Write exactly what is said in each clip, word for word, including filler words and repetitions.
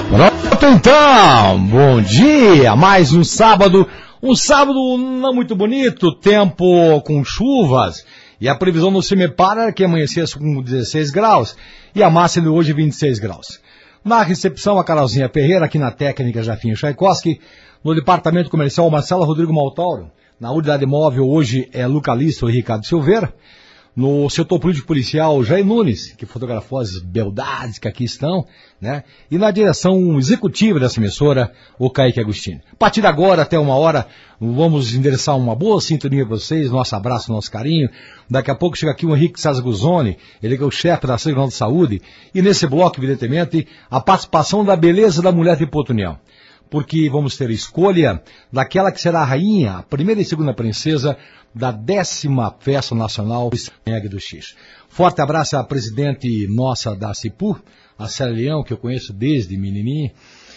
Pronto então, bom dia, mais um sábado, um sábado não muito bonito, tempo com chuvas, e a previsão no CIMEPAR era que amanhecesse com dezesseis graus, e a máxima de hoje vinte e seis graus. Na recepção, a Carolzinha Ferreira, aqui na técnica Jafinha Tchaikovsky, no departamento comercial Marcelo Rodrigo Maltauro, na unidade móvel hoje é Luca Listo e Ricardo Silveira, no setor político policial Jair Nunes, que fotografou as beldades que aqui estão, né? E na direção executiva dessa emissora, o Kaique Agostini. A partir de agora, até uma hora, vamos endereçar uma boa sintonia para vocês, nosso abraço, nosso carinho. Daqui a pouco chega aqui o Henrique César Guzoni, ele que é o chefe da Secretaria de Saúde, e nesse bloco, evidentemente, a participação da beleza da mulher de Porto União. Porque vamos ter escolha daquela que será a rainha, a primeira e segunda princesa da décima Festa Nacional do X. Forte abraço à presidente nossa da CIPU, a Célia Leão, que eu conheço desde menininha,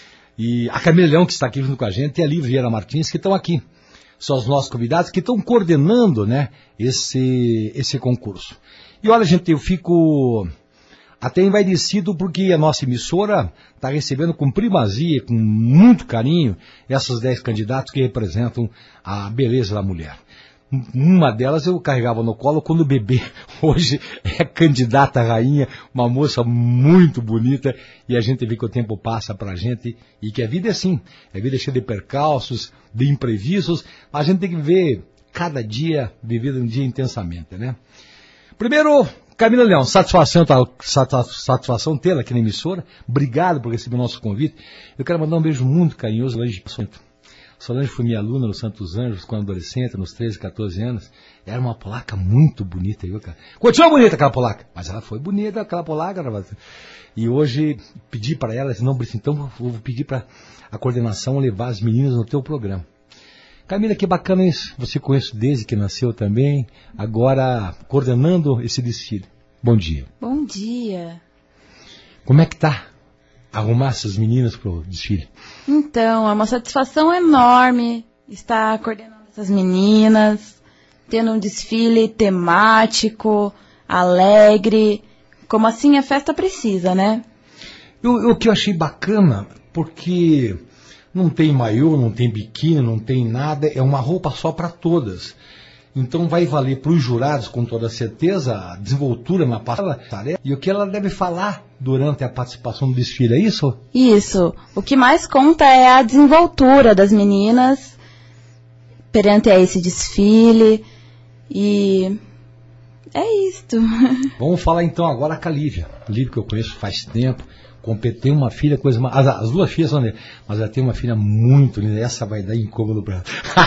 e a Camila Leão, que está aqui junto com a gente, e a Lívia Vieira Martins, que estão aqui. São os nossos convidados que estão coordenando, né, esse, esse concurso. E olha, gente, eu fico até envaidecido porque a nossa emissora está recebendo com primazia, com muito carinho, essas dez candidatos que representam a beleza da mulher. Uma delas eu carregava no colo quando bebê. Hoje é candidata à rainha, uma moça muito bonita, e a gente vê que o tempo passa pra gente e que a vida é assim. A vida é cheia de percalços, de imprevistos, mas a gente tem que ver cada dia, viver um dia intensamente, né? Primeiro, Camila Leão, satisfação, tá, satisfação tê-la aqui na emissora. Obrigado por receber o nosso convite. Eu quero mandar um beijo muito carinhoso lá de Solange foi minha aluna no Santos Anjos, quando adolescente, nos treze, quatorze anos. Era uma polaca muito bonita, viu, cara? Continua bonita aquela polaca, mas ela foi bonita, aquela polaca. E hoje pedi para ela, não, então vou pedir para a coordenação levar as meninas no teu programa. Camila, que bacana isso. Você conhece desde que nasceu também, agora coordenando esse desfile. Bom dia. Bom dia. Como é que tá arrumar essas meninas pro desfile? Então, é uma satisfação enorme estar coordenando essas meninas, tendo um desfile temático, alegre, como assim a festa precisa, né? O que eu achei bacana, porque não tem maiô, não tem biquíni, não tem nada, é uma roupa só para todas. Então vai valer para os jurados, com toda certeza, a desenvoltura na tarefa e o que ela deve falar durante a participação do desfile, é isso? Isso. O que mais conta é a desenvoltura das meninas perante a esse desfile e é isto. Vamos falar então agora com a Lívia. Lívia que eu conheço faz tempo. Tem uma filha, coisa mais. As, as duas filhas são dele, mas ela tem uma filha muito linda. Essa vai dar incômodo pra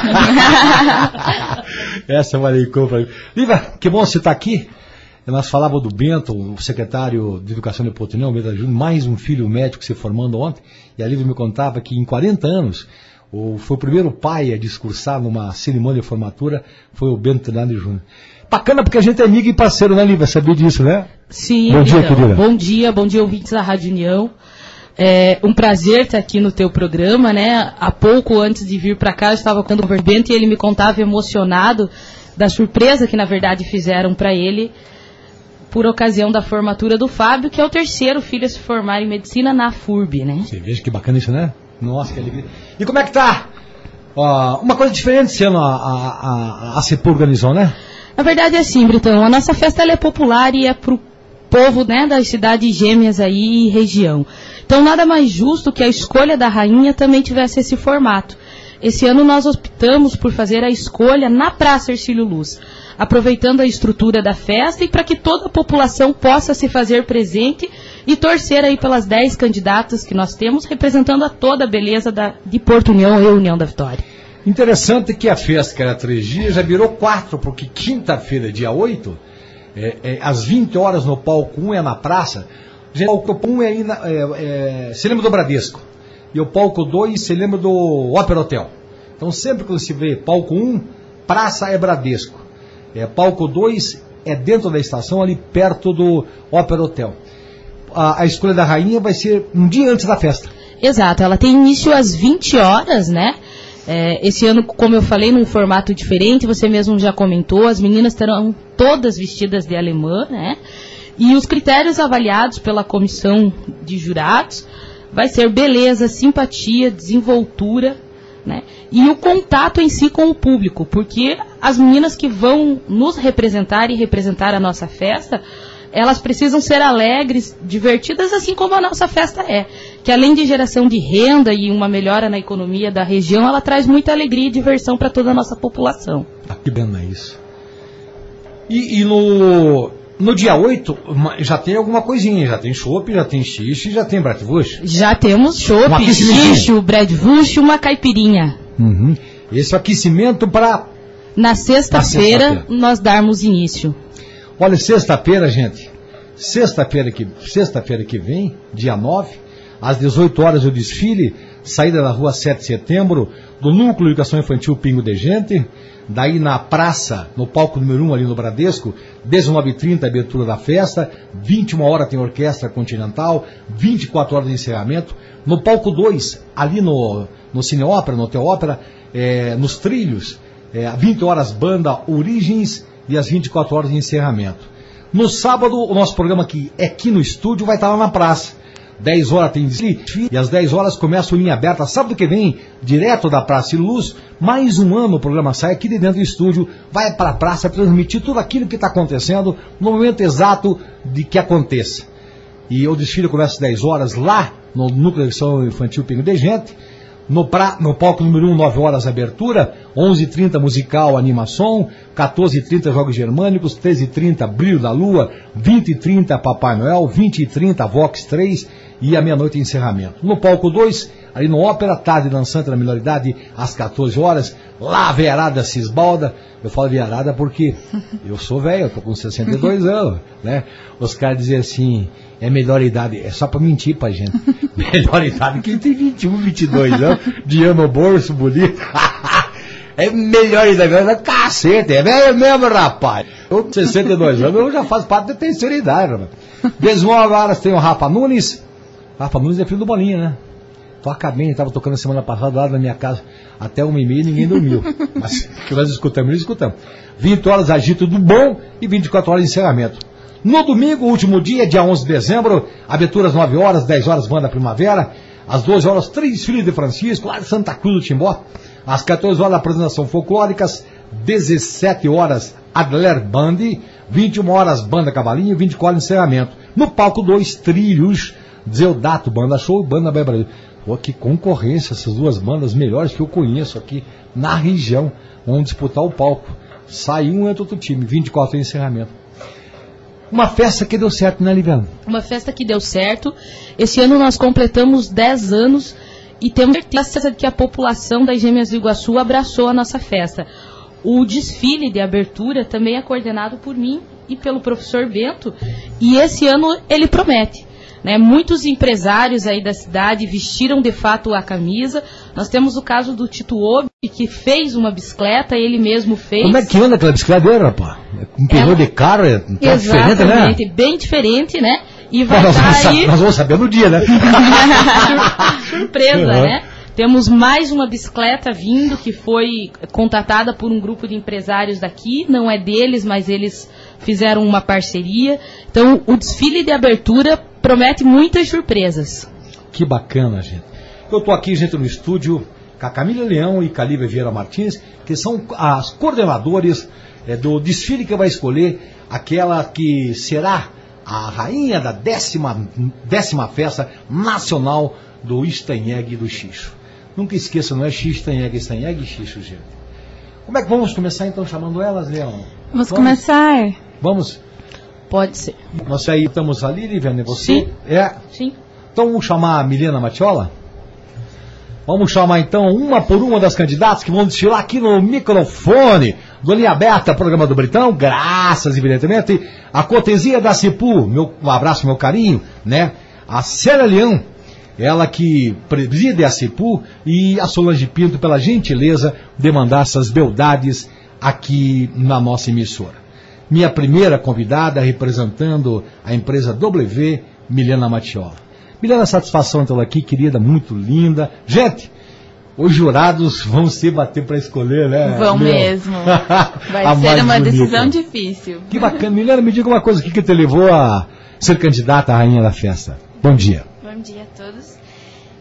ela. Essa vai dar incômodo pra ela. Lívia, que bom você estar aqui. Nós falávamos do Bento, o secretário de Educação de Porto União, Bento Júnior, mais um filho médico se formando ontem. E a Lívia me contava que em quarenta anos, o, foi o primeiro pai a discursar numa cerimônia de formatura, foi o Bento Júnior. Bacana porque a gente é amigo e parceiro, né, Lívia? Sabia disso, né? Sim. Bom dia, então, querida. Bom dia, bom dia, ouvintes da Rádio União. É um prazer estar aqui no teu programa, né? Há pouco antes de vir para cá, eu estava com o Bento e ele me contava emocionado da surpresa que, na verdade, fizeram para ele por ocasião da formatura do Fábio, que é o terceiro filho a se formar em medicina na F U R B, né? Você veja que bacana isso, né? Nossa, que alegria. E como é que tá? Uh, uma coisa diferente esse ano a, a, a, a CIPU organizou, né? Na verdade é assim, Britão, a nossa festa ela é popular e é pro povo, né, das cidades gêmeas aí e região. Então nada mais justo que a escolha da rainha também tivesse esse formato. Esse ano nós optamos por fazer a escolha na Praça Hercílio Luz, aproveitando a estrutura da festa e para que toda a população possa se fazer presente e torcer aí pelas dez candidatas que nós temos, representando a toda a beleza da, de Porto União e União da Vitória. Interessante que a festa, que era três dias, já virou quatro, porque quinta-feira, dia oito, é, é, às vinte horas no palco um é na praça. O palco um é aí na, é, é, se lembra do Bradesco. E o palco dois se lembra do Opera Hotel. Então sempre que você vê palco um, praça é Bradesco. É, palco dois é dentro da estação, ali perto do Opera Hotel. A, a escolha da rainha vai ser um dia antes da festa. Exato, ela tem início às vinte horas, né? É, esse ano, como eu falei, num formato diferente, você mesmo já comentou, as meninas terão todas vestidas de alemã, né? E os critérios avaliados pela comissão de jurados vai ser beleza, simpatia, desenvoltura, né? E o contato em si com o público, porque as meninas que vão nos representar e representar a nossa festa, elas precisam ser alegres, divertidas, assim como a nossa festa é. Que além de geração de renda e uma melhora na economia da região, ela traz muita alegria e diversão para toda a nossa população. Ah, que bem, é isso. E, e no, no dia oito, já tem alguma coisinha, já tem chopp, já tem xixi, já tem bratwurst. Já temos chopp, xixi, bratwurst e uma caipirinha. Uhum. Esse é o aquecimento para... Na sexta-feira, sexta nós darmos início. Olha, sexta-feira, gente, sexta-feira que, sexta-feira que vem, dia nove, às dezoito horas o desfile, saída da rua sete de setembro, do Núcleo de Educação Infantil Pingo de Gente, daí na praça, no palco número um ali no Bradesco, dezenove e trinta abertura da festa, vinte e uma horas tem orquestra continental, vinte e quatro horas de encerramento, no palco dois, ali no, no Cine Ópera, no Hotel Ópera, é, nos trilhos, é, vinte horas banda Origens, e às vinte e quatro horas de encerramento. No sábado, o nosso programa aqui, é aqui no estúdio, vai estar lá na praça. dez horas tem desfile, e às dez horas começa o Linha Aberta. Sábado que vem, direto da Praça e Luz, mais um ano o programa sai aqui de dentro do estúdio, vai para a praça transmitir tudo aquilo que está acontecendo no momento exato de que aconteça. E o desfile começa às dez horas lá no Núcleo de Educação Infantil Pingo de Gente. No, pra, no palco número um, nove horas abertura, onze e trinta musical animação, quatorze e trinta jogos germânicos, treze e trinta brilho da lua, vinte e trinta Papai Noel, vinte e trinta Vox três e a meia-noite encerramento. No palco dois, ali no Ópera, tarde dançante da melhor idade, às quatorze horas, lá a veiarada se esbalda. Eu falo veiarada porque eu sou velho, eu tô com sessenta e dois anos, né? Os caras dizem assim, é melhor idade, é só pra mentir pra gente. Melhor idade que tem vinte e um, vinte e dois anos, dinheiro no bolso, bonito. É melhor idade, cacete, é velho mesmo, rapaz. Eu com sessenta e dois anos, eu já faço parte da terceira idade, rapaz. dezenove horas tem o Rafa Nunes. Rafa Nunes é filho do Bolinha, né? Toca bem, estava tocando semana passada lá na minha casa, até uma e meia ninguém dormiu. Mas que nós escutamos, nós escutamos. vinte horas agito do bom e vinte e quatro horas de encerramento. No domingo, último dia, dia onze de dezembro, abertura às nove horas, dez horas, Banda Primavera. Às doze horas, três filhos de Francisco, lá de Santa Cruz do Timbó. Às quatorze horas, apresentação folclóricas. dezessete horas, Adler Band. vinte e uma horas, Banda Cavalinho. vinte e quatro horas, encerramento. No palco dois, Trilhos, Zeudato, Banda Show e Banda Bahia Brasil. Pô, que concorrência, essas duas bandas melhores que eu conheço aqui na região. Vão disputar o palco. Sai um, entra outro time. vinte e quatro horas, encerramento. Uma festa que deu certo, né, Liviana? Uma festa que deu certo. Esse ano nós completamos dez anos e temos certeza de que a população das Gêmeas do Iguaçu abraçou a nossa festa. O desfile de abertura também é coordenado por mim e pelo professor Bento, e esse ano ele promete. Né, muitos empresários aí da cidade vestiram de fato a camisa. Nós temos o caso do Tito Obi, que fez uma bicicleta, ele mesmo fez. Como é que anda aquela bicicleta dele, rapaz? Com pneu de carro, é diferente, né? Bem diferente, né? E vai nós, estar vamos aí... nós vamos saber no dia, né? Surpresa, uhum. Né? Temos mais uma bicicleta vindo, que foi contratada por um grupo de empresários daqui, não é deles, mas eles fizeram uma parceria. Então, o desfile de abertura promete muitas surpresas. Que bacana, gente. Eu estou aqui, gente, no estúdio com a Camila Leão e Calívia Vieira Martins, que são as coordenadoras é, do desfile que vai escolher aquela que será a rainha da décima, décima festa nacional do Estanhegue e do Xixo. Nunca esqueça, não é Xixo, Estanhegue, Estanhegue e Xixo, gente. Como é que vamos começar, então, chamando elas, Leão? Vamos, vamos começar. Vamos? Pode ser. Nós aí estamos ali, Liviane, você? Sim. É? Sim. Então vamos chamar a Milena Matiola? Vamos chamar então uma por uma das candidatas que vão desfilar aqui no microfone do Linha Aberta, programa do Britão, graças evidentemente à cortesia da Cipu, meu, um abraço, meu carinho, né? A Célia Leão, ela que preside a Cipu, e a Solange Pinto pela gentileza de mandar essas beldades aqui na nossa emissora. Minha primeira convidada representando a empresa W, Milena Matiola. Milena, satisfação tê-la aqui, querida, muito linda. Gente, os jurados vão se bater para escolher, né? Vão Meu. mesmo. Vai ser uma bonita. Decisão difícil. Que bacana. Milena, me diga uma coisa, o que, que te levou a ser candidata à rainha da festa? Bom dia. Bom dia a todos.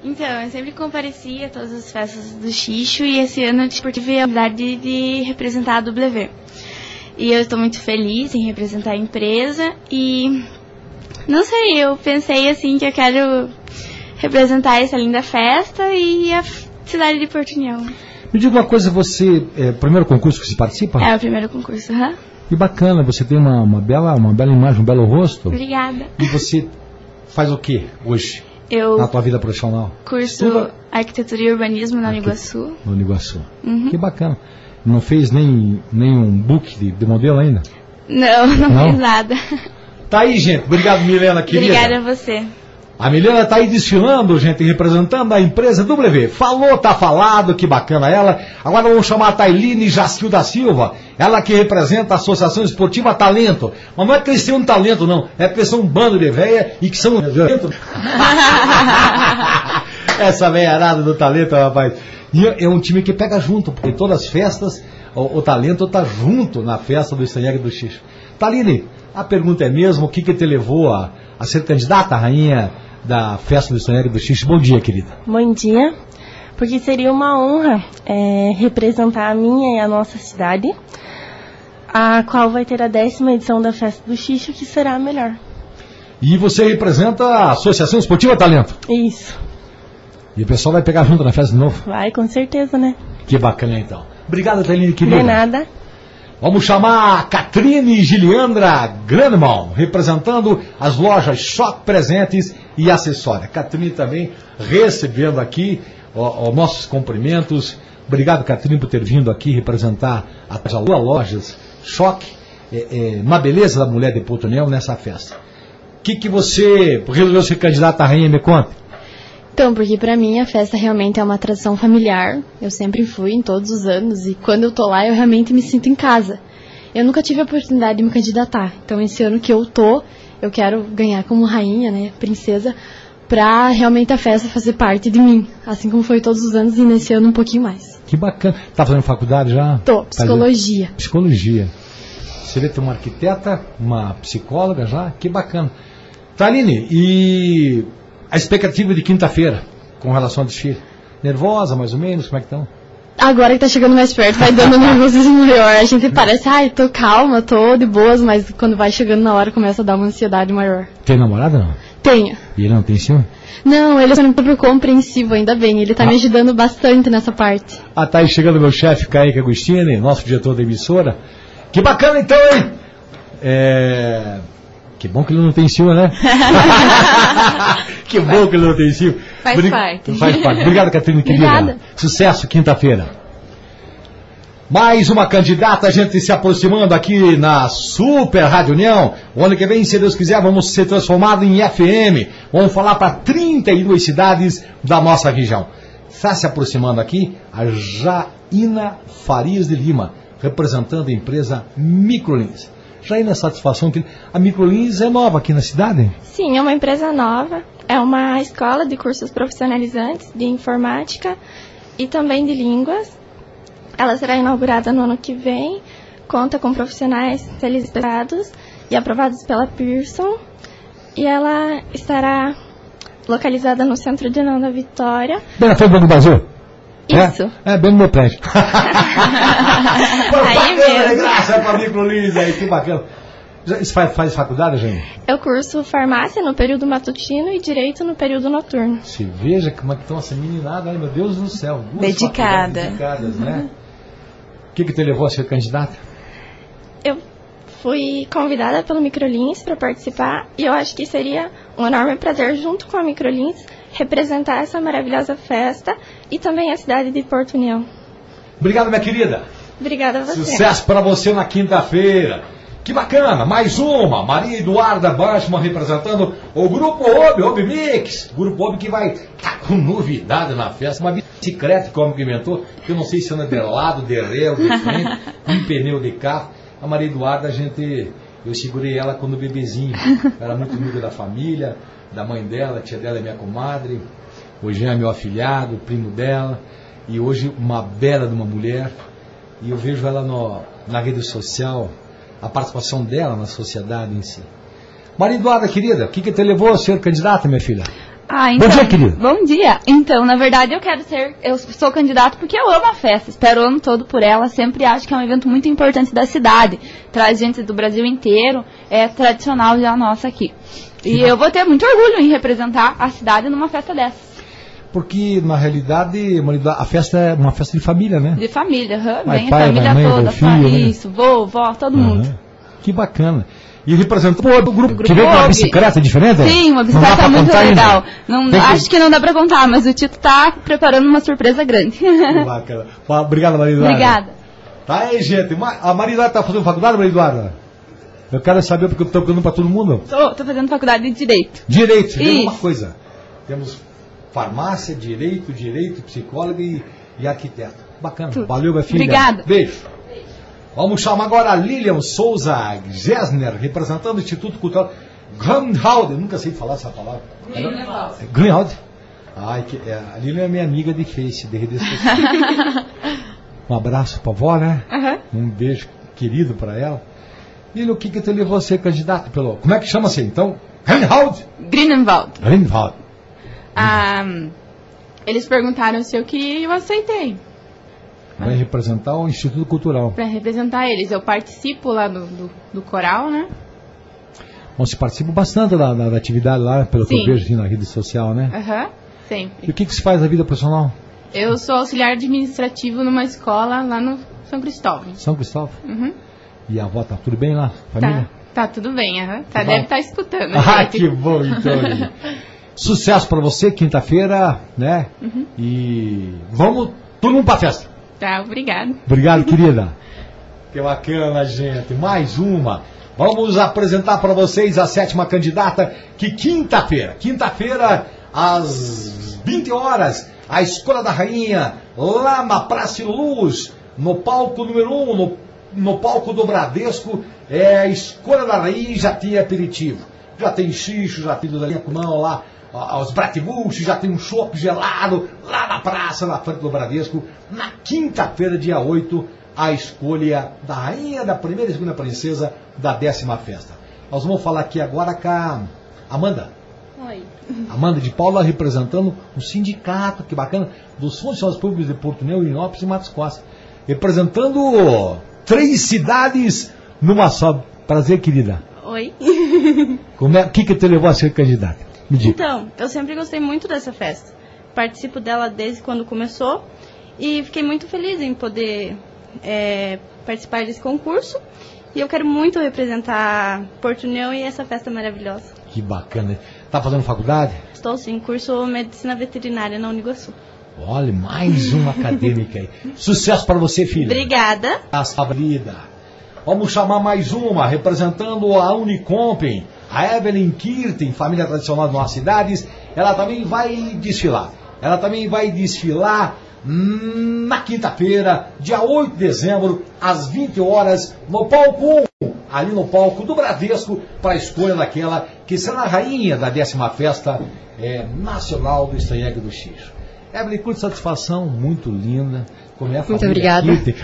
Então, eu sempre comparecia a todas as festas do Xixo e esse ano eu tive a oportunidade de, de representar a W. E eu estou muito feliz em representar a empresa e, não sei, eu pensei assim que eu quero representar essa linda festa e a cidade de Porto União. Me diga uma coisa, você, é o primeiro concurso que você participa? É o primeiro concurso, aham. Uhum. Que bacana, você tem uma, uma, bela, uma bela imagem, um belo rosto. Obrigada. E você faz o que hoje? Eu na tua vida profissional? Curso Estuda... Arquitetura e Urbanismo na Uniguaçu. Na Uniguaçu. Uhum. Que bacana. Não fez nem, nem um book de, de modelo ainda? Não, não, não fiz nada. Tá aí, gente. Obrigado, Milena, querida. Obrigada a você. A Milena tá aí desfilando, gente, representando a empresa W. Falou, tá falado, que bacana ela. Agora vamos chamar a Tailine Jacil da Silva, ela que representa a Associação Esportiva Talento. Mas não é que eles têm um talento, não. É porque são um bando de véia e que são... Essa veiarada do talento, rapaz. E é um time que pega junto, porque em todas as festas, o, o talento tá junto na festa do Estanhegue do Xixo. Taline, a pergunta é mesmo, o que que te levou a, a ser candidata à rainha da festa do Estanhegue do Xixo? Bom dia, querida. Bom dia, porque seria uma honra é, representar a minha e a nossa cidade, a qual vai ter a décima edição da festa do Xixo, que será a melhor. E você representa a Associação Esportiva Talento? Isso. E o pessoal vai pegar junto na festa de novo? Vai, com certeza, né? Que bacana, então. Obrigado, Thaline, querida. De nada. Vamos chamar a Catrine Giliandra Granman, representando as lojas Choque Presentes e Acessórios. Catrine também recebendo aqui ó, ó, nossos cumprimentos. Obrigado, Catrine, por ter vindo aqui representar as lojas Choque, é, é, uma beleza da mulher de Porto União nessa festa. O que, que você resolveu ser candidata à rainha? Me conta. Então, porque pra mim a festa realmente é uma tradição familiar, eu sempre fui em todos os anos e quando eu tô lá eu realmente me sinto em casa. Eu nunca tive a oportunidade de me candidatar, então esse ano que eu tô, eu quero ganhar como rainha, né, princesa, pra realmente a festa fazer parte de mim, assim como foi todos os anos e nesse ano um pouquinho mais. Que bacana. Tá fazendo faculdade já? Tô, psicologia. Tá psicologia. Você vê ter uma arquiteta, uma psicóloga já? Que bacana. Taline, e... a expectativa de quinta-feira com relação ao desfile? Nervosa, mais ou menos? Como é que estão? Agora que tá chegando mais perto, vai dando um nervosismo maior. A gente parece, ai, tô calma, tô de boas, mas quando vai chegando na hora começa a dar uma ansiedade maior. Tem namorado não? Tenho. E ele não tem ciúme? Não, ele é super compreensivo, ainda bem. Ele tá ah. me ajudando bastante nessa parte. Ah, tá aí chegando meu chefe, Kaique Agostini, nosso diretor da emissora. Que bacana então, hein? É... Que bom que ele não tem ciúme, né? Que bom que ele não tem ciúme. Faz Bri... parte. Faz parte. Obrigado, Catrine, querida. Obrigada. Sucesso quinta-feira. Mais uma candidata, a gente se aproximando aqui na Super Rádio União. O ano que vem, se Deus quiser, vamos ser transformados em F M. Vamos falar para trinta e duas cidades da nossa região. Está se aproximando aqui a Jaina Farias de Lima, representando a empresa Microlins. Já aí na satisfação que a Microlins é nova aqui na cidade? Sim, é uma empresa nova, é uma escola de cursos profissionalizantes de informática e também de línguas. Ela será inaugurada no ano que vem, conta com profissionais especializados e aprovados pela Pearson e ela estará localizada no centro de Nanda Vitória. Bem na frente do Banco do Brasil? Isso. É, é bem no meu prédio. Aí mesmo. Graças para a Microlins aí, que bacana. Isso faz, faz faculdade, gente? Eu curso farmácia no período matutino e direito no período noturno. Se veja como é que estão essa meninada, ai meu Deus do céu. Dedicada. Dedicadas, né? O que que te levou a ser candidata? Eu fui convidada pelo Microlins para participar e eu acho que seria um enorme prazer, junto com a Microlins, representar essa maravilhosa festa e também a cidade de Porto União. Obrigado, minha querida. Obrigada a você. Sucesso para você na quinta-feira. Que bacana, mais uma, Maria Eduarda Bachmann representando o Grupo Obi, Obi Mix. Grupo Obi que vai tá com novidade na festa, uma bicicleta que o homem que inventou, que eu não sei se anda de lado, de ré, de frente, um pneu de carro. A Maria Eduarda, a gente, eu segurei ela quando bebezinho, era muito amiga da família, da mãe dela, a tia dela é minha comadre, hoje é meu afilhado, primo dela, e hoje uma bela de uma mulher, e eu vejo ela no, na rede social, a participação dela na sociedade em si. Maria Eduarda, querida, o que que te levou a ser candidata, minha filha? Ah, então, Bom dia, querido. Bom dia. Então, na verdade, eu quero ser... Eu sou candidato porque eu amo a festa. Espero o ano todo por ela. Sempre acho que é um evento muito importante da cidade. Traz gente do Brasil inteiro. É tradicional já nossa aqui. E eu vou ter muito orgulho em representar a cidade numa festa dessas. Porque, na realidade, a festa é uma festa de família, né? De família, uhum. Vai Vem pai, a família vai mãe, toda. vai filho, né? Isso, vô, vó, todo Uhum. mundo. Que bacana. E representou o grupo, grupo que veio com uma O B. bicicleta diferente? Sim, uma Não dá bicicleta pra muito contar ainda? legal. Não, Tem que- acho que não dá pra contar, mas o Tito tá preparando uma surpresa grande. Que bacana. Fala, obrigado, Maria Eduarda. Obrigada. Tá aí, gente. Ma- A Maria Eduarda tá fazendo faculdade, Maria Eduarda? Eu quero saber porque eu tô perguntando pra todo mundo. Tô, tô fazendo faculdade de Direito. Direito, você Isso. uma coisa. Temos farmácia, direito, direito, psicóloga e, e arquiteto. Bacana. Tudo. Valeu, minha filha. Obrigada. Beijo. Vamos chamar agora a Lilian Souza Gessner, representando o Instituto Cultural Grünwald. Eu nunca sei falar essa palavra. Grünwald. Ai, que, é, a Lilian é minha amiga de Face, de redes sociais. Um abraço pra avó, né? Uhum. Um beijo querido pra ela. Lilian, o que que te levou a ser candidato pelo... Como é que chama-se então? Grünwald? Grünwald. Grünwald. Ah, eles perguntaram se eu queria e eu aceitei. Vai representar o Instituto Cultural. Pra representar eles. Eu participo lá do, do, do coral, né? Bom, você participa bastante da, da, da atividade lá, pelo que eu Sim. vejo assim, na rede social, né? Aham, sempre. E o que que se faz na vida profissional? Eu sou auxiliar administrativo numa escola lá no São Cristóvão. São Cristóvão? Uhum. E a avó tá tudo bem lá? Família? Tá, tá tudo bem, aham. Tá, Que deve bom. estar escutando. Ah, gente. que bom, então. Lili. Sucesso pra você, quinta-feira, né? Uhum. E vamos todo mundo pra festa. Tá, obrigado. Obrigado, querida. Que bacana, gente. Mais uma. Vamos apresentar para vocês a sétima candidata, que quinta-feira, quinta-feira, às vinte horas, a Escola da Rainha, lá na Praça Luz, no palco número um, no, no palco do Bradesco, é a Escola da Rainha, já tem aperitivo. Já tem xixo, já tem da linha com mão lá, os bratibulchos, já tem um chopp gelado, lá na praça, na frente do Bradesco, na quinta-feira, dia oito, a escolha da rainha, da primeira e segunda princesa da décima festa. Nós vamos falar aqui agora com a Amanda. Oi. Amanda de Paula, representando um sindicato, que bacana, dos funcionários públicos de Porto Neo, Inópolis e Matos Costa. Representando três cidades numa só. Prazer, querida. Oi. Como é, o que que te levou a ser candidata? Me diga. Então, eu sempre gostei muito dessa festa. Participo dela desde quando começou e fiquei muito feliz em poder é, participar desse concurso. E eu quero muito representar Porto União e essa festa maravilhosa. Que bacana. Tá fazendo faculdade? Estou sim, curso Medicina Veterinária na Uniguaçu. Olha, mais uma acadêmica aí. Sucesso para você, filha. Obrigada. A vida. Vamos chamar mais uma, representando a Unicompen, a Evelyn Kirten, família tradicional de nossas cidades. Ela também vai desfilar. Ela também vai desfilar hum, na quinta-feira, dia oito de dezembro, às vinte horas, no palco um, ali no palco do Bradesco, para a escolha daquela que será a rainha da décima festa é, nacional do Estanhegue do Xixo. Evelyn, com satisfação, muito linda. Como é a Muito família obrigada. Kirten,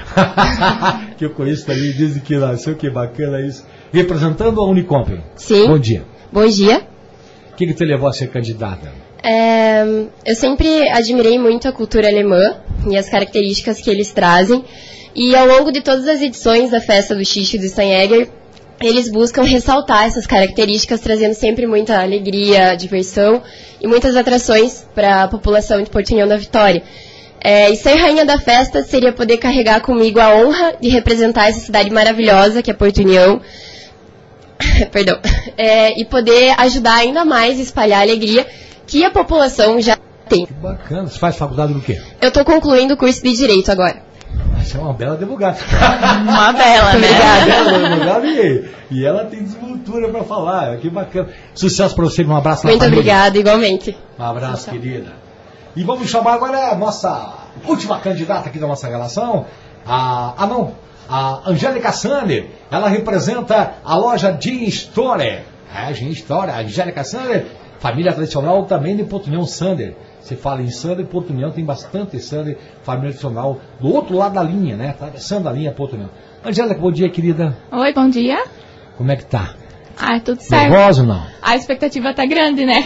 que eu conheço também desde que nasceu, que bacana isso. Representando a Unicompen. Sim. Bom dia. Bom dia. O que, que te levou a ser candidata? É, eu sempre admirei muito a cultura alemã e as características que eles trazem. E ao longo de todas as edições da festa do Xixo e do Steinegger, eles buscam ressaltar essas características, trazendo sempre muita alegria, diversão e muitas atrações para a população de Porto União da Vitória. É, e ser rainha da festa seria poder carregar comigo a honra de representar essa cidade maravilhosa que é Porto União. Perdão. É, e poder ajudar ainda mais a espalhar a alegria que a população já tem. Que bacana. Você faz faculdade do quê? Eu estou concluindo o curso de Direito agora. Você é uma bela advogada. Uma bela, né? Uma bela advogada e, e ela tem desenvoltura para falar. Que bacana. Sucesso para você. Um abraço na Muito família. obrigada, igualmente. Um abraço, querida. E vamos chamar agora a nossa última candidata aqui da nossa relação. A, ah, não. A Angélica Sander. Ela representa a loja Jean Store. É, Jean Store. A Angélica Sander, família tradicional também de Porto União Sander. Você fala em Sander, Porto União tem bastante Sander, família tradicional, do outro lado da linha, né? Atravessando a linha Porto União. Angélica, bom dia, querida. Oi, bom dia. Como é que tá? Ah, tudo certo. Nervosa ou não? A expectativa tá grande, né?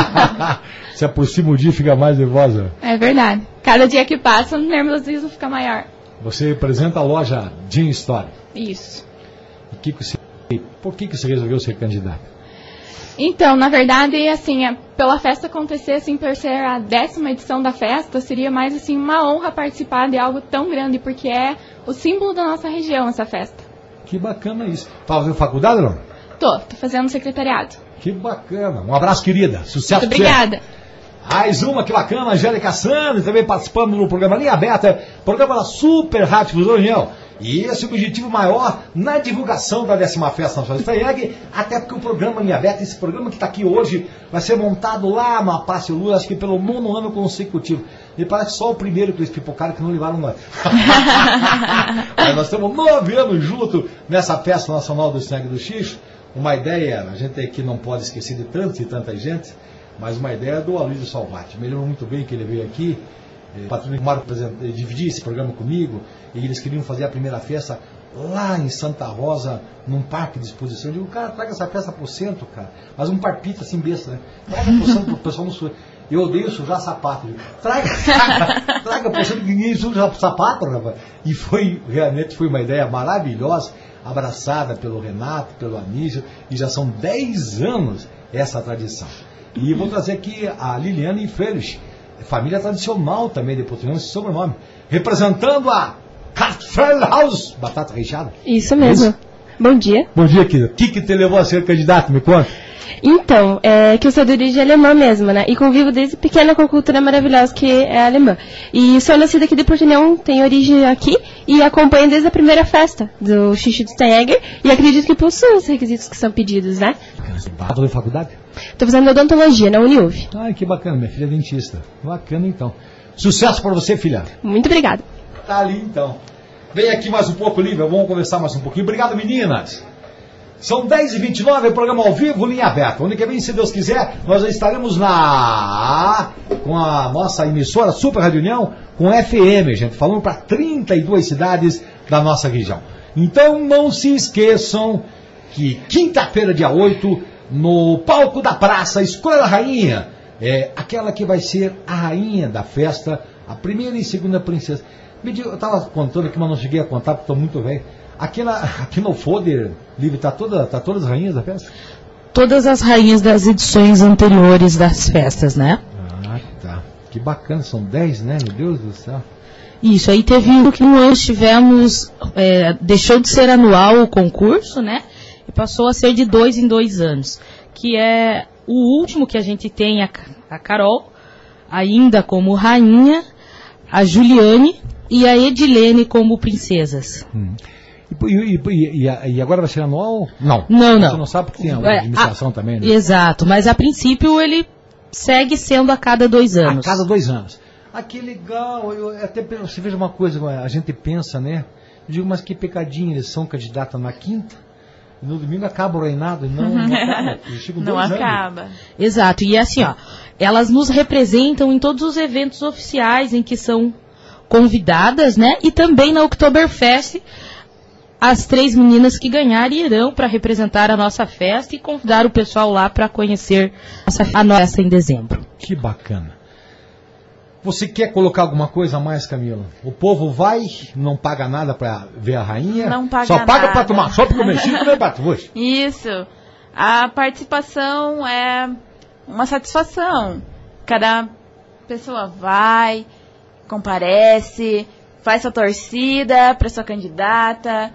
Se aproxima o dia, fica mais nervosa. É verdade. Cada dia que passa, o nervosismo fica maior. Você representa a loja Jean Store. Isso. E que que você, por que, que você resolveu ser candidata? Então, na verdade, assim, é, pela festa acontecer, assim, por ser a décima edição da festa, seria mais, assim, uma honra participar de algo tão grande, porque é o símbolo da nossa região, essa festa. Que bacana isso. Tá fazendo faculdade, não? Tô, tô fazendo secretariado. Que bacana. Um abraço, querida. Sucesso. Muito obrigada. Mais uma, que bacana, Angélica Sandri, também participando no programa Linha Aberta, programa da Super Rádio Fusão União. E esse é o objetivo maior na divulgação da décima Festa Nacional de Estreag, até porque o programa Linha Aberta, esse programa que está aqui hoje, vai ser montado lá na Praça Lula, acho que pelo nono ano consecutivo. E parece só o primeiro que eles pipocaram que não levaram nós. Mas nós estamos nove anos juntos nessa Festa Nacional do Estreag do Xixo. Uma ideia, a gente aqui não pode esquecer de tanto e tanta gente, mas uma ideia do Aloysio Salvati. Me lembro muito bem que ele veio aqui, o patrão Marco dividir esse programa comigo, e eles queriam fazer a primeira festa lá em Santa Rosa, num parque de exposição. Eu digo, cara, traga essa festa pro centro, cara. Mas um parpito assim besta, né? Traga pro centro, pro pessoal não suja. Eu odeio sujar sapato. Eu digo, traga, traga, traga pro centro, ninguém suja sapato, rapaz. E foi, realmente foi uma ideia maravilhosa, abraçada pelo Renato, pelo Anísio, e já são dez anos essa tradição. E vou trazer aqui a Liliane Félix, família tradicional também de Portugal, esse sobrenome, representando a Cartfrell House, batata recheada. Isso mesmo. Isso? Bom dia. Bom dia, querida. O que, que te levou a ser candidato? Me conta. Então, é que eu sou de origem alemã mesmo, né? E convivo desde pequena com a cultura maravilhosa que é alemã. E sou nascida aqui de Portunhão, tenho origem aqui e acompanho desde a primeira festa do Xixi de Steiger e acredito que possuo os requisitos que são pedidos, né? Está fazendo faculdade? Estou fazendo odontologia na Uniuv. Ai, que bacana, minha filha é dentista. Bacana, então. Sucesso para você, filha. Muito obrigada. Tá ali, então. Vem aqui mais um pouco, Lívia, vamos conversar mais um pouquinho. Obrigado, meninas. São dez e vinte e nove, o programa ao vivo, Linha Aberta. Onde que vem, se Deus quiser, nós já estaremos na com a nossa emissora Super Rádio União, com F M, gente, falando para trinta e duas cidades da nossa região. Então não se esqueçam que quinta-feira, dia oito, no palco da praça, Escolha da Rainha, é aquela que vai ser a rainha da festa, a primeira e segunda princesa. Eu estava contando aqui, mas não cheguei a contar porque estou muito velho. Aqui, na, aqui no folder, livre, está toda, tá todas as rainhas da festa? Todas as rainhas das edições anteriores das festas, né? Ah, tá. Que bacana, são dez, né? Meu Deus do céu. Isso, aí teve um que nós tivemos, é, deixou de ser anual o concurso, né? E passou a ser de dois em dois anos. Que é o último que a gente tem, a, a Carol, ainda como rainha, a Juliane e a Edilene como princesas. Hum. E, e, e, e agora vai ser anual? Não. Não, não. Você não sabe porque tem a administração é, a, também, né? Exato, mas a princípio ele segue sendo a cada dois anos. A cada dois anos. Ah, que legal. Eu, até você veja uma coisa, a gente pensa, né? Eu digo, mas que pecadinho, eles são candidatos na quinta, e no domingo acaba o reinado. Não, não acaba. Não acaba. Anos. Exato. E assim, ó, elas nos representam em todos os eventos oficiais em que são convidadas, né? E também na Oktoberfest. As três meninas que ganharem irão para representar a nossa festa e convidar o pessoal lá para conhecer a nossa festa em dezembro. Que bacana. Você quer colocar alguma coisa a mais, Camila? O povo vai, não paga nada para ver a rainha? Não paga Só nada. paga para tomar chopp, comer chico e beber hoje. Isso. A participação é uma satisfação. Cada pessoa vai, comparece, faz sua torcida para sua candidata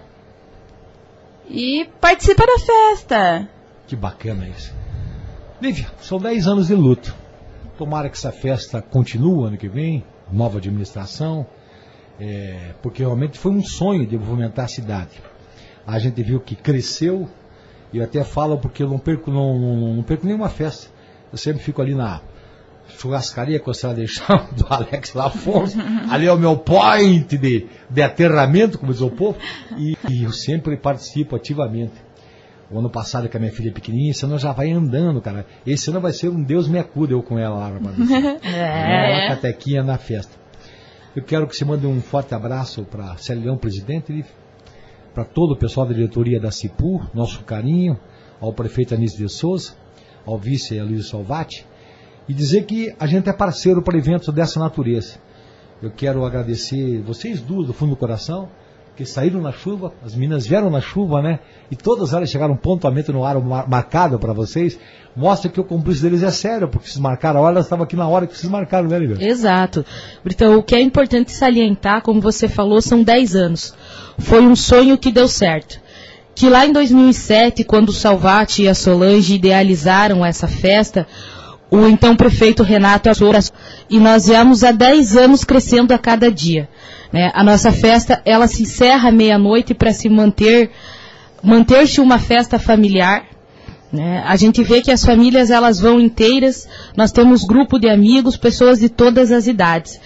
e participa da festa. Que bacana isso. Lívia, são dez anos de luto. Tomara que essa festa continue ano que vem, nova administração, é, porque realmente foi um sonho de movimentar a cidade. A gente viu que cresceu, e eu até falo porque eu não perco, não, não, não perco nenhuma festa. Eu sempre fico ali na churrascaria com a estrada de chão do Alex Lafonso, ali é o meu point de, de aterramento, como diz o povo, e, e eu sempre participo ativamente. O ano passado, que a minha filha é pequenininha, esse ano já vai andando, cara. Esse ano vai ser um Deus me acuda, eu com ela lá. É. Uma catequinha na festa. Eu quero que você mande um forte abraço para Célio Leão, presidente, para todo o pessoal da diretoria da Cipu, nosso carinho, ao prefeito Anísio de Souza, ao vice Luiz Salvati, e dizer que a gente é parceiro para eventos dessa natureza. Eu quero agradecer vocês duas do fundo do coração, que saíram na chuva, as meninas vieram na chuva, né? E todas elas chegaram pontualmente no horário mar- marcado para vocês. Mostra que o compromisso deles é sério, porque vocês marcaram a hora, elas estavam aqui na hora que vocês marcaram, né, Lívia? Exato. Então, o que é importante salientar, como você falou, são dez anos. Foi um sonho que deu certo. Que lá em dois mil e sete, quando o Salvati e a Solange idealizaram essa festa, o então prefeito Renato Azora, e nós viemos há dez anos crescendo a cada dia. Né? A nossa festa, ela se encerra à meia-noite para se manter, manter-se uma festa familiar. Né? A gente vê que as famílias, elas vão inteiras, nós temos grupo de amigos, pessoas de todas as idades.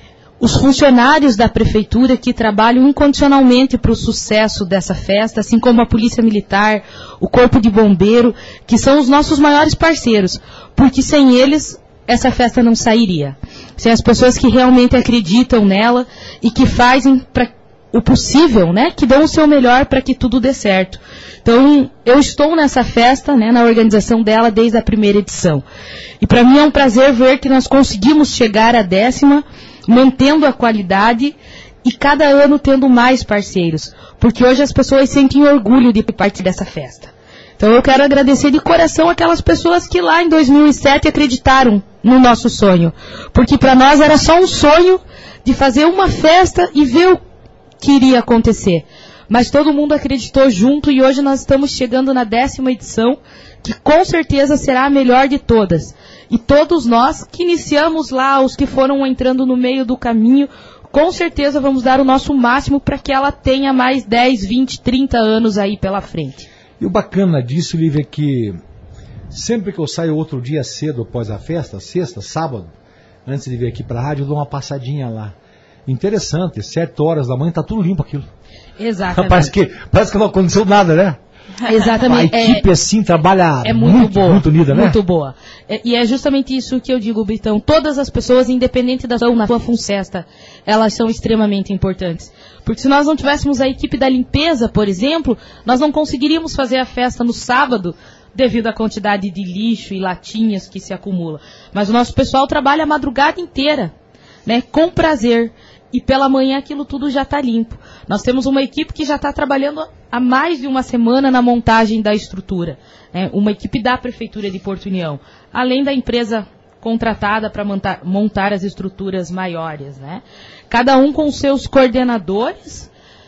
Os funcionários da prefeitura que trabalham incondicionalmente para o sucesso dessa festa, assim como a Polícia Militar, o Corpo de Bombeiro, que são os nossos maiores parceiros, porque sem eles essa festa não sairia. Sem as pessoas que realmente acreditam nela e que fazem pra, o possível, né, que dão o seu melhor para que tudo dê certo. Então, eu estou nessa festa, né, na organização dela desde a primeira edição. E para mim é um prazer ver que nós conseguimos chegar à décima, mantendo a qualidade e cada ano tendo mais parceiros, porque hoje as pessoas sentem orgulho de parte dessa festa. Então eu quero agradecer de coração aquelas pessoas que lá em dois mil e sete acreditaram no nosso sonho, porque para nós era só um sonho de fazer uma festa e ver o que iria acontecer. Mas todo mundo acreditou junto e hoje nós estamos chegando na décima edição, que com certeza será a melhor de todas. E todos nós que iniciamos lá, os que foram entrando no meio do caminho, com certeza vamos dar o nosso máximo para que ela tenha mais dez, vinte, trinta anos aí pela frente. E o bacana disso, Lívia, é que sempre que eu saio outro dia cedo após a festa, sexta, sábado, antes de vir aqui para a rádio, eu dou uma passadinha lá. Interessante, sete horas da manhã, tá tudo limpo aquilo. Exatamente. Parece que, parece que não aconteceu nada, né? Exatamente. A equipe é, assim trabalha é muito, muito boa, muito unida, né? Muito boa. É, e é justamente isso que eu digo, Britão. Todas as pessoas, independente da sua na sua FUNCESTA, elas são extremamente importantes. Porque se nós não tivéssemos a equipe da limpeza, por exemplo, nós não conseguiríamos fazer a festa no sábado devido à quantidade de lixo e latinhas que se acumula. Mas o nosso pessoal trabalha a madrugada inteira, né, com prazer. E pela manhã aquilo tudo já está limpo. Nós temos uma equipe que já está trabalhando há mais de uma semana na montagem da estrutura. Né? Uma equipe da Prefeitura de Porto União. Além da empresa contratada para montar, montar as estruturas maiores. Né? Cada um com seus coordenadores.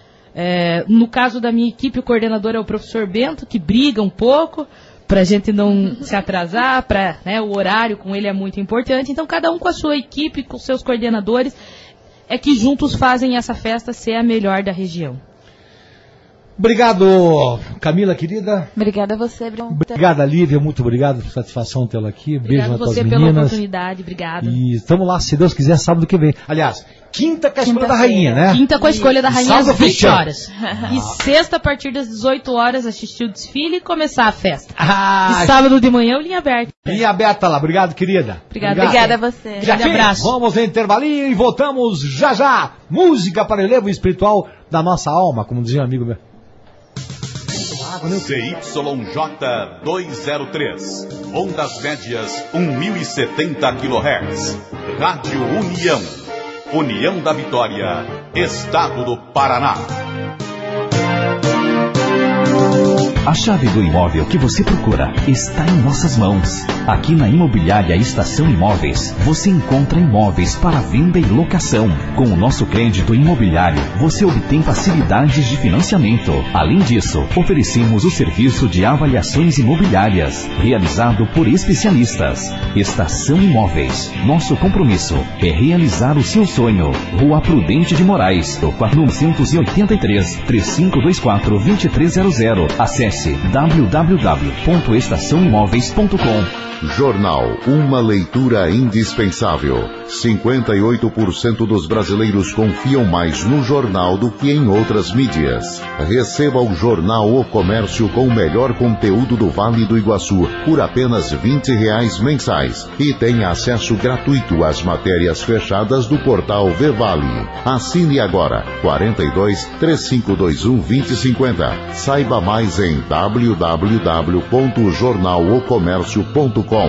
É, no caso da minha equipe, o coordenador é o professor Bento, que briga um pouco para a gente não se atrasar, pra, né, o horário com ele é muito importante. Então cada um com a sua equipe, com seus coordenadores, é que juntos fazem essa festa ser a melhor da região. Obrigado, Camila, querida. Obrigada a você, Bruno. Obrigada, Lívia, muito obrigado por satisfação tê-la aqui. Beijo nas tuas meninas. Obrigado você pela oportunidade, obrigada. E estamos lá, se Deus quiser, sábado que vem. Aliás, quinta com a escolha da rainha, né? Quinta com a escolha da rainha às vinte horas. Ah. E sexta, a partir das dezoito horas, assistir o desfile e começar a festa. Ah, e sábado de manhã, o Linha Aberta. Linha Aberta lá, obrigado, querida. Obrigada, obrigada a você. Já Um abraço. Vamos no intervalinho e voltamos já já. Música para elevo espiritual da nossa alma, como dizia um amigo meu. C Y J duzentos e três, ondas médias mil e setenta quilohertz, Rádio União, União da Vitória, Estado do Paraná. A chave do imóvel que você procura está em nossas mãos. Aqui na Imobiliária Estação Imóveis, você encontra imóveis para venda e locação. Com o nosso crédito imobiliário, você obtém facilidades de financiamento. Além disso, oferecemos o serviço de avaliações imobiliárias, realizado por especialistas. Estação Imóveis. Nosso compromisso é realizar o seu sonho. Rua Prudente de Moraes, quatrocentos e oitenta e três, trinta e cinco vinte e quatro, vinte e três zero zero. Acesse w w w ponto estação imóveis ponto com. Jornal, uma leitura indispensável. cinquenta e oito por cento dos brasileiros confiam mais no jornal do que em outras mídias. Receba o jornal O Comércio com o melhor conteúdo do Vale do Iguaçu por apenas vinte reais mensais e tenha acesso gratuito às matérias fechadas do portal V-Vale. Assine agora quarenta e dois, três cinco dois um, vinte cinquenta. Saiba mais em w w w ponto jornal o comércio ponto com.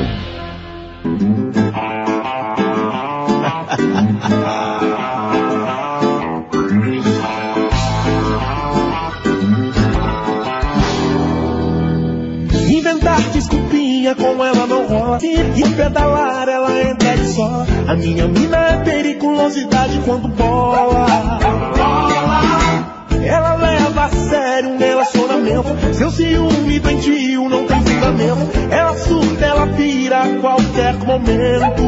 Inventar desculpinha com ela não rola, e pedalar ela entra de sola. A minha mina é periculosidade quando bola. Ela leva a sério um relacionamento, seu ciúme doentio não tem fundamento. Ela surta, ela vira a qualquer momento.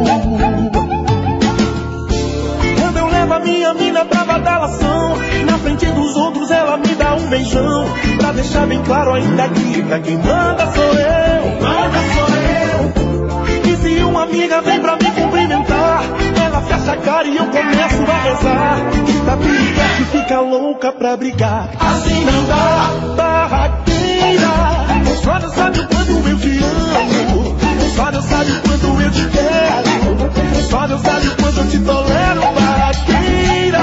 Quando eu levo a minha mina pra badalação, na frente dos outros ela me dá um beijão, pra deixar bem claro ainda aqui, pra quem manda sou eu, manda sou eu. E se uma amiga vem pra me cumprimentar, ela fecha a cara e eu começo a rezar. Da briga que fica louca pra brigar, assim não dá, barraqueira. Só Deus sabe o quanto eu te amo, só Deus sabe o quanto eu te quero, só Deus sabe o quanto eu te tolero, barraqueira.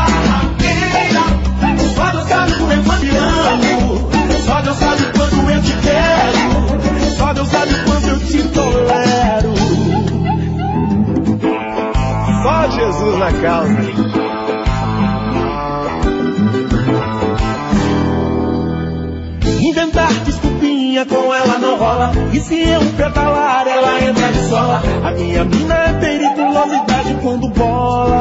Só Deus sabe o quanto eu te amo, só Deus sabe o quanto eu te quero, só Deus sabe o quanto eu te tolero. Só Jesus na causa. Inventar desculpinha com ela não rola, e se eu pedalar ela entra de sola. A minha mina é periculosidade quando bola.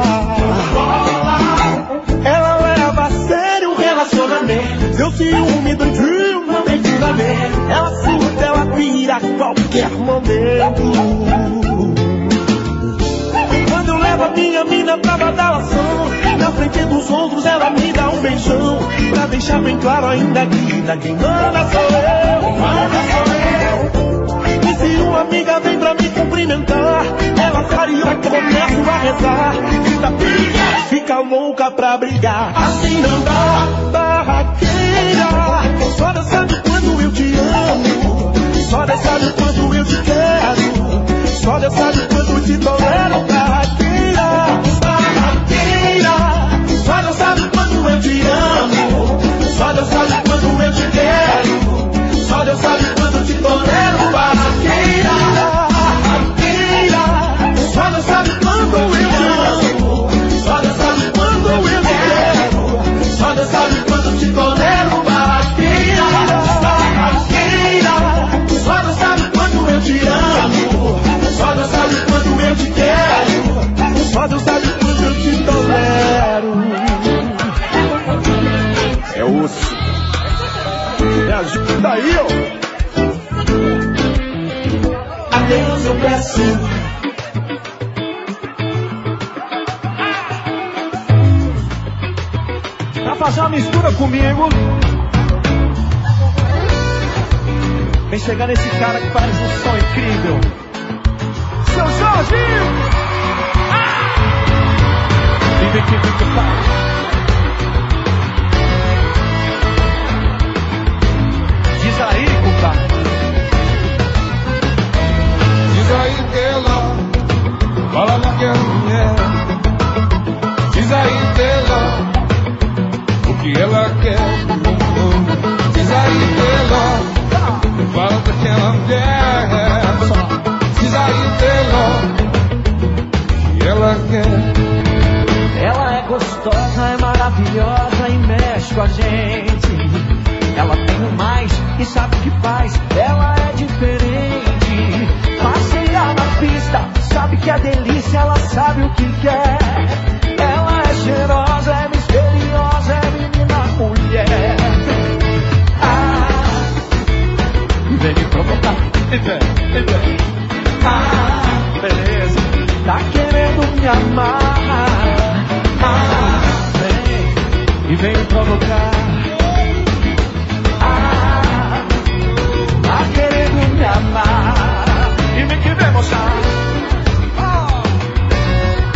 Ela leva a sério o relacionamento, seu ciúme doentio não tem fundamento. Ela surta, ela vira a qualquer momento. Quando eu levo a minha mina pra badalação, na frente dos outros ela me dá um beijão, pra deixar bem claro ainda que da quem manda sou eu, manda sou eu. E se uma amiga vem pra me cumprimentar, ela faria que eu começo a rezar. Grita briga, fica louca pra brigar, assim não dá, barraqueira. Só Deus sabe quanto eu te amo, só Deus sabe quanto eu te quero, só Deus sabe quanto te tolero, barraqueira, barraqueira. Só Deus sabe quanto eu te amo, só Deus sabe quanto eu te quero, só Deus sabe quanto te tolero, barraqueira, barraqueira. Só Deus sabe quanto eu te amo, só Deus sabe quanto eu te quero, só Deus sabe quanto te tolero, barraqueira, barraqueira. Só Deus sabe quanto eu te amo, só Deus sabe quanto eu te quero, só Deus sabe quanto eu te tolero. É osso. Me ajuda aí, ó. A Deus eu peço, pra fazer uma mistura comigo. Vem chegando esse cara que faz um som incrível, seu Jorge! Ah! Vem, vem, vem, vem, vem. Diz aí, compadre. Diz aí dela, fala naquela mulher. Diz aí dela, o que ela quer. Diz aí dela, fala daquela mulher. Diz aí dela, o que ela quer. Ela é gostosa, é maravilhosa e mexe com a gente. Ela tem o mais e sabe o que faz, ela é diferente. Passeia na pista, sabe que é delícia, ela sabe o que quer. Ela é cheirosa, é misteriosa, é menina mulher. Ah, vem me provocar, e vem, e vem. Ah, beleza, tá querendo me amar. Ah, vem, e vem me provocar. Tá querendo me amar. E me que vem mostrar. Oh.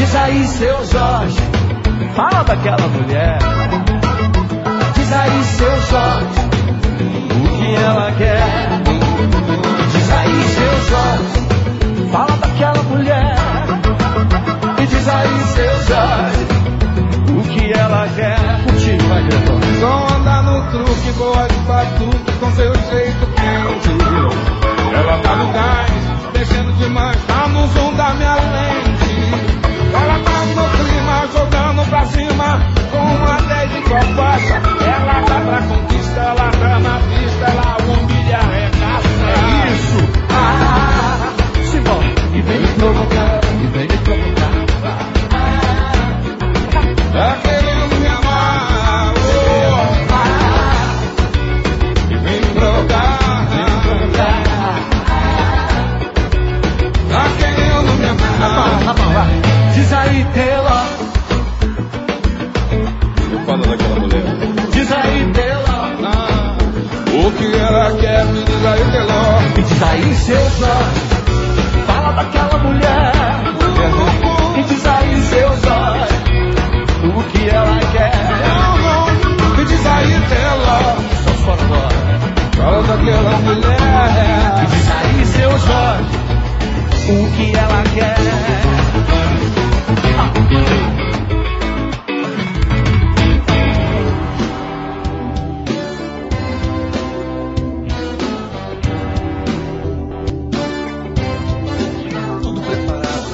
Diz aí, seu Jorge, fala daquela mulher. Diz aí, seu Jorge, o que ela quer. Diz aí, seu Jorge, fala daquela mulher. E diz aí, seu Jorge, o que ela quer. Contigo, vai, diretor. Só anda no truque, boa de batuque, com seu jeito quente. Ela tá no gás, mexendo demais, tá no zoom da minha lente. Ela tá no clima, jogando pra cima, com uma dez de copaça. Ela tá pra conquista, ela tá na pista, ela humilha, arregaça. É isso! Ah, se volta e vem me provocar, e vem me provocar. Tá querendo me amar, oh, ah, e vem me provocar, vem me provocar. Tá querendo me amar. Tá bom, tá bom, vai. Diz aí, Taylor. Eu falo daquela mulher. Diz aí, Taylor. Ah, o que ela quer, me diz aí, Taylor. E diz aí, seu Jorge, fala daquela mulher. E diz aí, seu Jorge, o que ela quer. Me diz aí, Taylor. Só fora agora. Fala daquela mulher. E diz aí, seu Jorge, o que ela quer. Tudo preparado.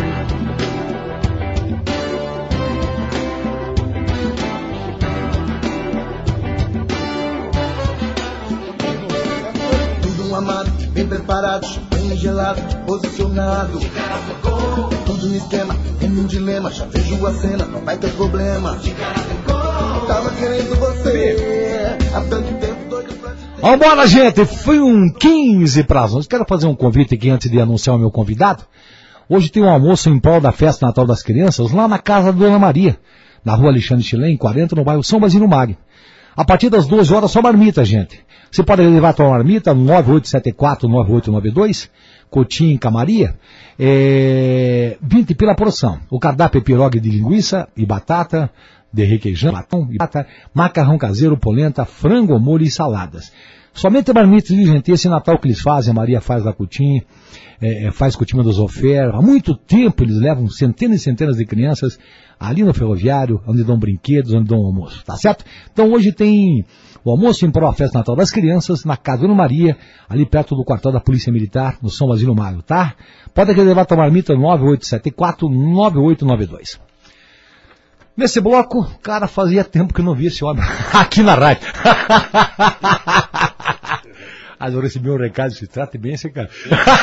Tudo amado, bem preparado, bem gelado, posicionado. Tudo no esquema, em um dilema, já vejo a cena, não vai ter problema. Tava querendo você, há tanto tempo doido pra te ter. Vambora, gente, foi um quinze para as onze. Quero fazer um convite aqui antes de anunciar o meu convidado. Hoje tem um almoço em prol da Festa Natal das Crianças lá na casa da Dona Maria, na rua Alexandre Chilém, quarenta, no bairro São Basílio Magno. A partir das doze horas, só marmita, gente. Você pode levar a tua marmita no nove oito sete quatro, nove oito nove dois, Cotinho em Camaria, é, vinte pela porção. O cardápio é pirogue de linguiça e batata, de requeijão, latão e batata, macarrão caseiro, polenta, frango, molho e saladas. Somente marmitas, viu, gente? Esse Natal que eles fazem, a Maria faz da Cotinho, é, faz Cotinho dos Ofer. Há muito tempo eles levam centenas e centenas de crianças ali no ferroviário, onde dão brinquedos, onde dão almoço, tá certo? Então hoje tem o almoço em prol da Festa Natal das Crianças, na casa da Dona Maria, ali perto do quartel da Polícia Militar, no São Basílio Magno, tá? Pode levar a tua marmita nove oito sete quatro, nove oito nove dois. Nesse bloco, cara, fazia tempo que eu não via esse homem aqui na rádio. Mas eu recebi um recado, se trata bem esse cara.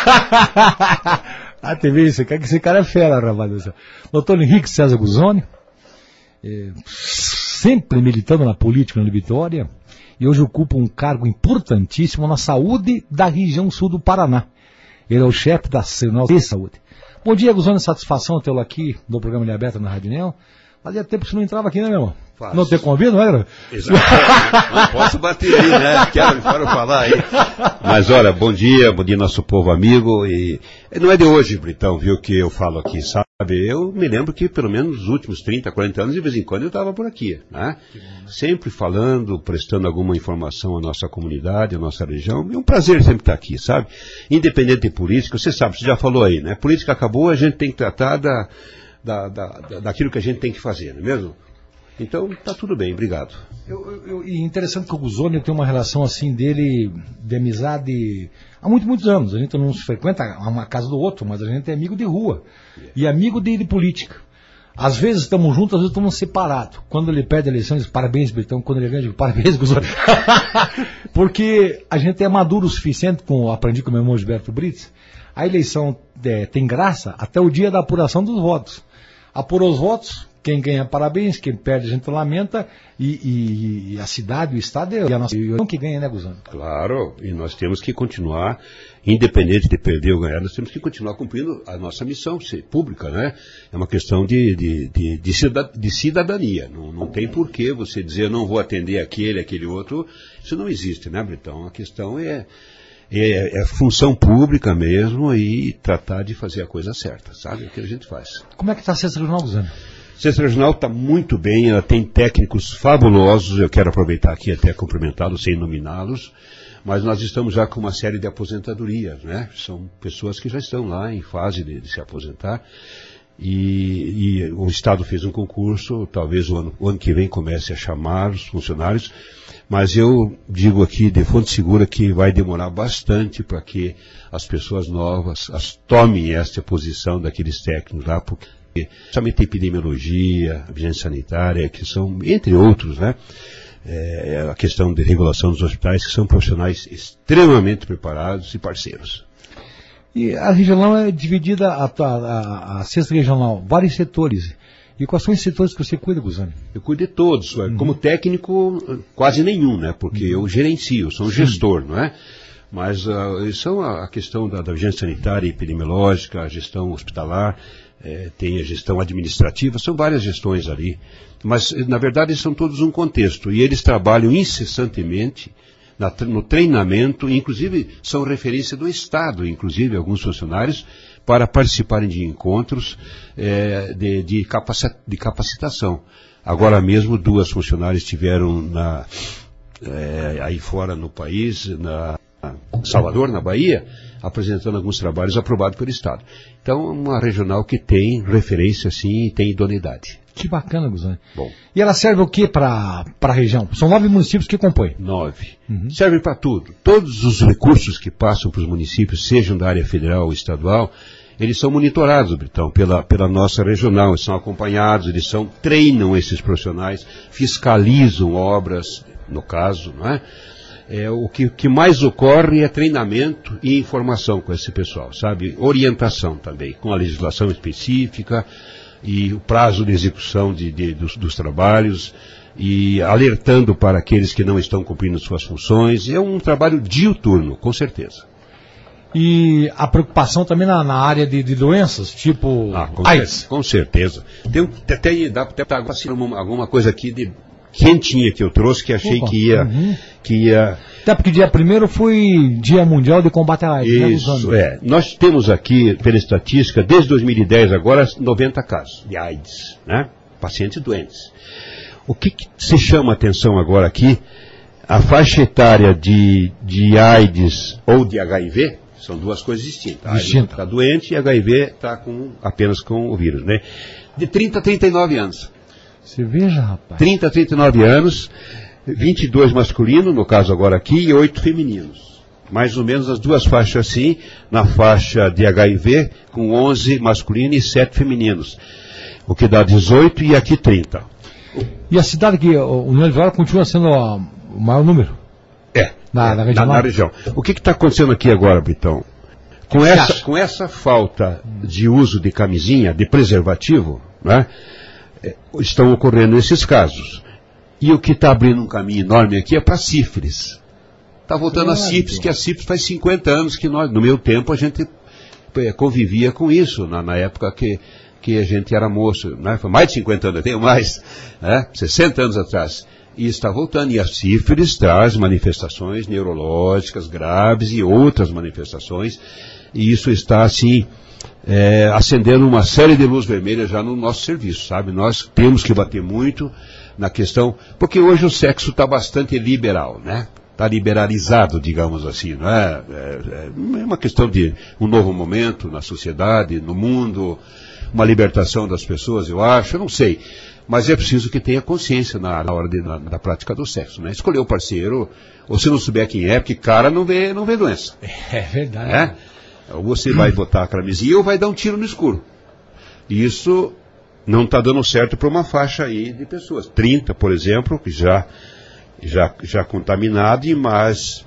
A T V, esse cara, que esse cara é fera, rapaz. Doutor Henrique César Guzoni, é, sempre militando na política na Vitória, e hoje ocupa um cargo importantíssimo na saúde da região sul do Paraná. Ele é o chefe da Central de Saúde. Bom dia, Guzoni, satisfação tê-lo aqui no programa de aberta na Rádio Neo. Fazia tempo que você não entrava aqui, né, meu irmão? Fácil. Não ter convido, não era? Exato. Não posso bater aí, né? Quero para falar aí. Mas olha, bom dia, bom dia nosso povo amigo. E não é de hoje, Britão, viu, que eu falo aqui, sabe? Eu me lembro que pelo menos nos últimos trinta, quarenta anos, de vez em quando eu estava por aqui, né? Sempre falando, prestando alguma informação à nossa comunidade, à nossa região. É um prazer sempre estar aqui, sabe? Independente de política, você sabe, você já falou aí, né? Política acabou, a gente tem que tratar da... Da, da, daquilo que a gente tem que fazer, não é mesmo? Então, tá tudo bem, obrigado. Eu, eu, e interessante que o Guzoni tem uma relação assim dele, de amizade, há muitos, muitos anos. A gente não se frequenta uma casa do outro, mas a gente é amigo de rua. Yeah. E amigo de, de política. Às vezes estamos juntos, às vezes estamos separados. Quando ele perde a eleição, diz parabéns, Britão. Quando ele ganha, diz parabéns, Guzoni. Porque a gente é maduro o suficiente, com, aprendi com o meu irmão Gilberto Brits. A eleição é, tem graça até o dia da apuração dos votos. Apurou os votos, quem ganha parabéns, quem perde a gente lamenta, e, e, e a cidade, o estado é a nossa região que ganha, né, Guzoni? Claro, e nós temos que continuar, independente de perder ou ganhar, nós temos que continuar cumprindo a nossa missão ser pública, né? É uma questão de, de, de, de cidadania, não, não tem porquê você dizer não vou atender aquele, aquele outro, isso não existe, né, Britão? A questão é... é, é função pública mesmo e tratar de fazer a coisa certa, sabe? É o que a gente faz. Como é que está a Sexta Regional, Guzani? A Sexta Regional está muito bem, ela tem técnicos fabulosos, eu quero aproveitar aqui até cumprimentá-los sem nominá-los, mas nós estamos já com uma série de aposentadorias, né? São pessoas que já estão lá em fase de, de se aposentar. E, e o Estado fez um concurso, talvez o ano, o ano que vem comece a chamar os funcionários, mas eu digo aqui de fonte segura que vai demorar bastante para que as pessoas novas as tomem esta posição daqueles técnicos lá, porque somente epidemiologia, vigilância sanitária, que são, entre outros, né? É, a questão de regulação dos hospitais, que são profissionais extremamente preparados e parceiros. E a regional é dividida, a, a, a Sexta Regional, vários setores. E quais são os setores que você cuida, Guzani? Eu cuido de todos. Uhum. Como técnico, quase nenhum, né? Porque uhum. eu gerencio, sou um Sim. gestor, não é? Mas uh, são a, a questão da, da vigilância sanitária e epidemiológica, a gestão hospitalar, é, tem a gestão administrativa, são várias gestões ali. Mas, na verdade, são todos um contexto. E eles trabalham incessantemente na, no treinamento, inclusive são referência do Estado, inclusive alguns funcionários, para participarem de encontros é, de, de, capaci- de capacitação. Agora mesmo, duas funcionárias estiveram na, é, aí fora no país, na Salvador, na Bahia, apresentando alguns trabalhos aprovados pelo Estado. Então, uma regional que tem referência, sim, e tem idoneidade. Que bacana, Guzani. Bom. E ela serve o que para a região? São nove municípios que compõem. Nove. Uhum. Serve para tudo. Todos os recursos que passam para os municípios, sejam da área federal ou estadual, eles são monitorados, Britão, pela, pela nossa regional. Eles são acompanhados, eles são, treinam esses profissionais, fiscalizam obras, no caso, não é? É, o que, que mais ocorre é treinamento e informação com esse pessoal, sabe? Orientação também, com a legislação específica e o prazo de execução de, de, dos, dos trabalhos e alertando para aqueles que não estão cumprindo suas funções. É um trabalho diuturno, com certeza. E a preocupação também na, na área de, de doenças, tipo ah, com AIDS? Cer- com certeza. Tem, até, dá até para alguma coisa aqui de quentinha que eu trouxe, que achei Opa, que ia... Uhum. que ia... Até porque dia primeiro foi Dia Mundial de Combate à AIDS. Isso, né, é. Nós temos aqui, pela estatística, desde dois mil e dez agora, noventa casos de AIDS, né? Pacientes doentes. O que, que se chama a atenção agora aqui, a faixa etária de, de AIDS ou de H I V, são duas coisas distintas. A AIDS está doente e H I V está com, apenas com o vírus, né? De trinta a trinta e nove anos. Você veja, rapaz. trinta a trinta e nove anos, vinte e dois masculinos, no caso agora aqui, e oito femininos. Mais ou menos as duas faixas assim, na faixa de H I V, com onze masculinos e sete femininos. O que dá dezoito e aqui trinta. E a cidade que o União de Vitória continua sendo ó, o maior número? É, na, é, na, região na, na região. O que está acontecendo aqui agora, Britão? Com essa, com essa falta de uso de camisinha, de preservativo, né? Estão ocorrendo esses casos. E o que está abrindo um caminho enorme aqui é para sífilis. Está voltando a sífilis, que a sífilis faz cinquenta anos que nós, no meu tempo, a gente é, convivia com isso, na, na época que, que a gente era moço. Né? Foi mais de cinquenta anos, eu tenho mais, né? sessenta anos atrás. E está voltando. E a sífilis traz manifestações neurológicas graves e outras manifestações. E isso está assim... É, acendendo uma série de luz vermelha já no nosso serviço, sabe? Nós temos que bater muito na questão, porque hoje o sexo está bastante liberal, né? Está liberalizado, digamos assim, não é? É, é uma questão de um novo momento na sociedade, no mundo, uma libertação das pessoas, eu acho, eu não sei. Mas é preciso que tenha consciência na, na hora de, na, da prática do sexo, né? Escolher o parceiro, ou se não souber quem é, porque cara não vê, não vê doença. É verdade. É? Ou você vai botar a camisinha ou vai dar um tiro no escuro. Isso não está dando certo para uma faixa aí de pessoas. trinta, por exemplo, que já, já, já contaminado, mas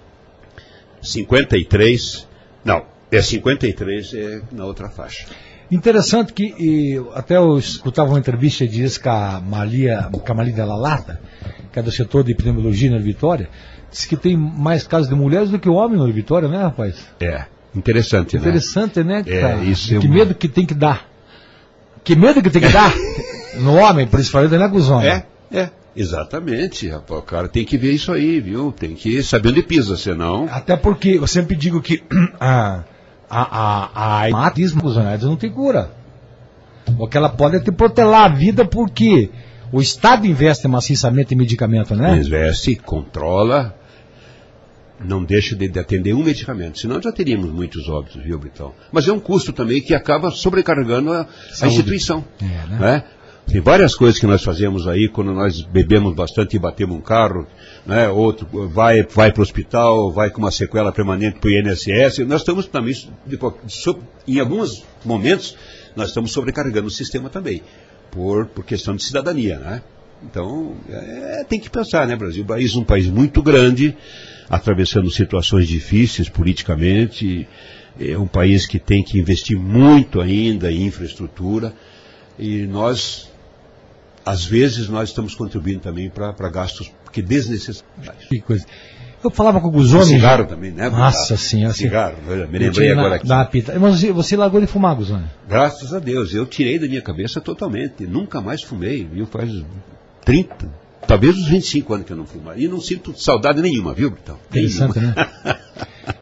cinquenta e três, não, é cinquenta e três é na outra faixa. Interessante que, e, até eu escutava uma entrevista diz com a Malia, com a Malia Della Lata, que é do setor de epidemiologia na Vitória, disse que tem mais casos de mulheres do que homens na Vitória, né, rapaz? É. Interessante, né? Interessante, né? É, isso que é medo que tem que dar. Que medo que tem que dar no homem, principalmente, né, Guzoni? É, é. Exatamente, rapaz, o cara tem que ver isso aí, viu? Tem que saber onde pisa, senão... Até porque eu sempre digo que a, a, a, a matismo dos remédios não tem cura. Porque ela pode te protelar a vida porque o Estado investe maciçamente em medicamento, né? Investe, controla, não deixa de, de atender um medicamento, senão já teríamos muitos óbitos, viu, Britão? Mas é um custo também que acaba sobrecarregando a, a instituição, é, né? né? Tem várias coisas que nós fazemos aí, quando nós bebemos bastante e batemos um carro, né? Outro vai, vai para o hospital, vai com uma sequela permanente para o I N S S. Nós estamos também, em alguns momentos, nós estamos sobrecarregando o sistema também, por, por questão de cidadania, né? Então, é, tem que pensar, né, Brasil? O país é um país muito grande, atravessando situações difíceis politicamente, é um país que tem que investir muito ainda em infraestrutura, e nós, às vezes, nós estamos contribuindo também para gastos que desnecessários. Que coisa. Eu falava com o Guzoni. Cigarro também, né? Nossa senhora. Cigarro, me lembrei agora aqui. Na pita. Mas você, você largou de fumar, Guzoni? Graças a Deus, eu tirei da minha cabeça totalmente. Nunca mais fumei, viu? Faz trinta, talvez uns vinte e cinco anos que eu não fumo. E não sinto saudade nenhuma, viu, Britão? Interessante, né?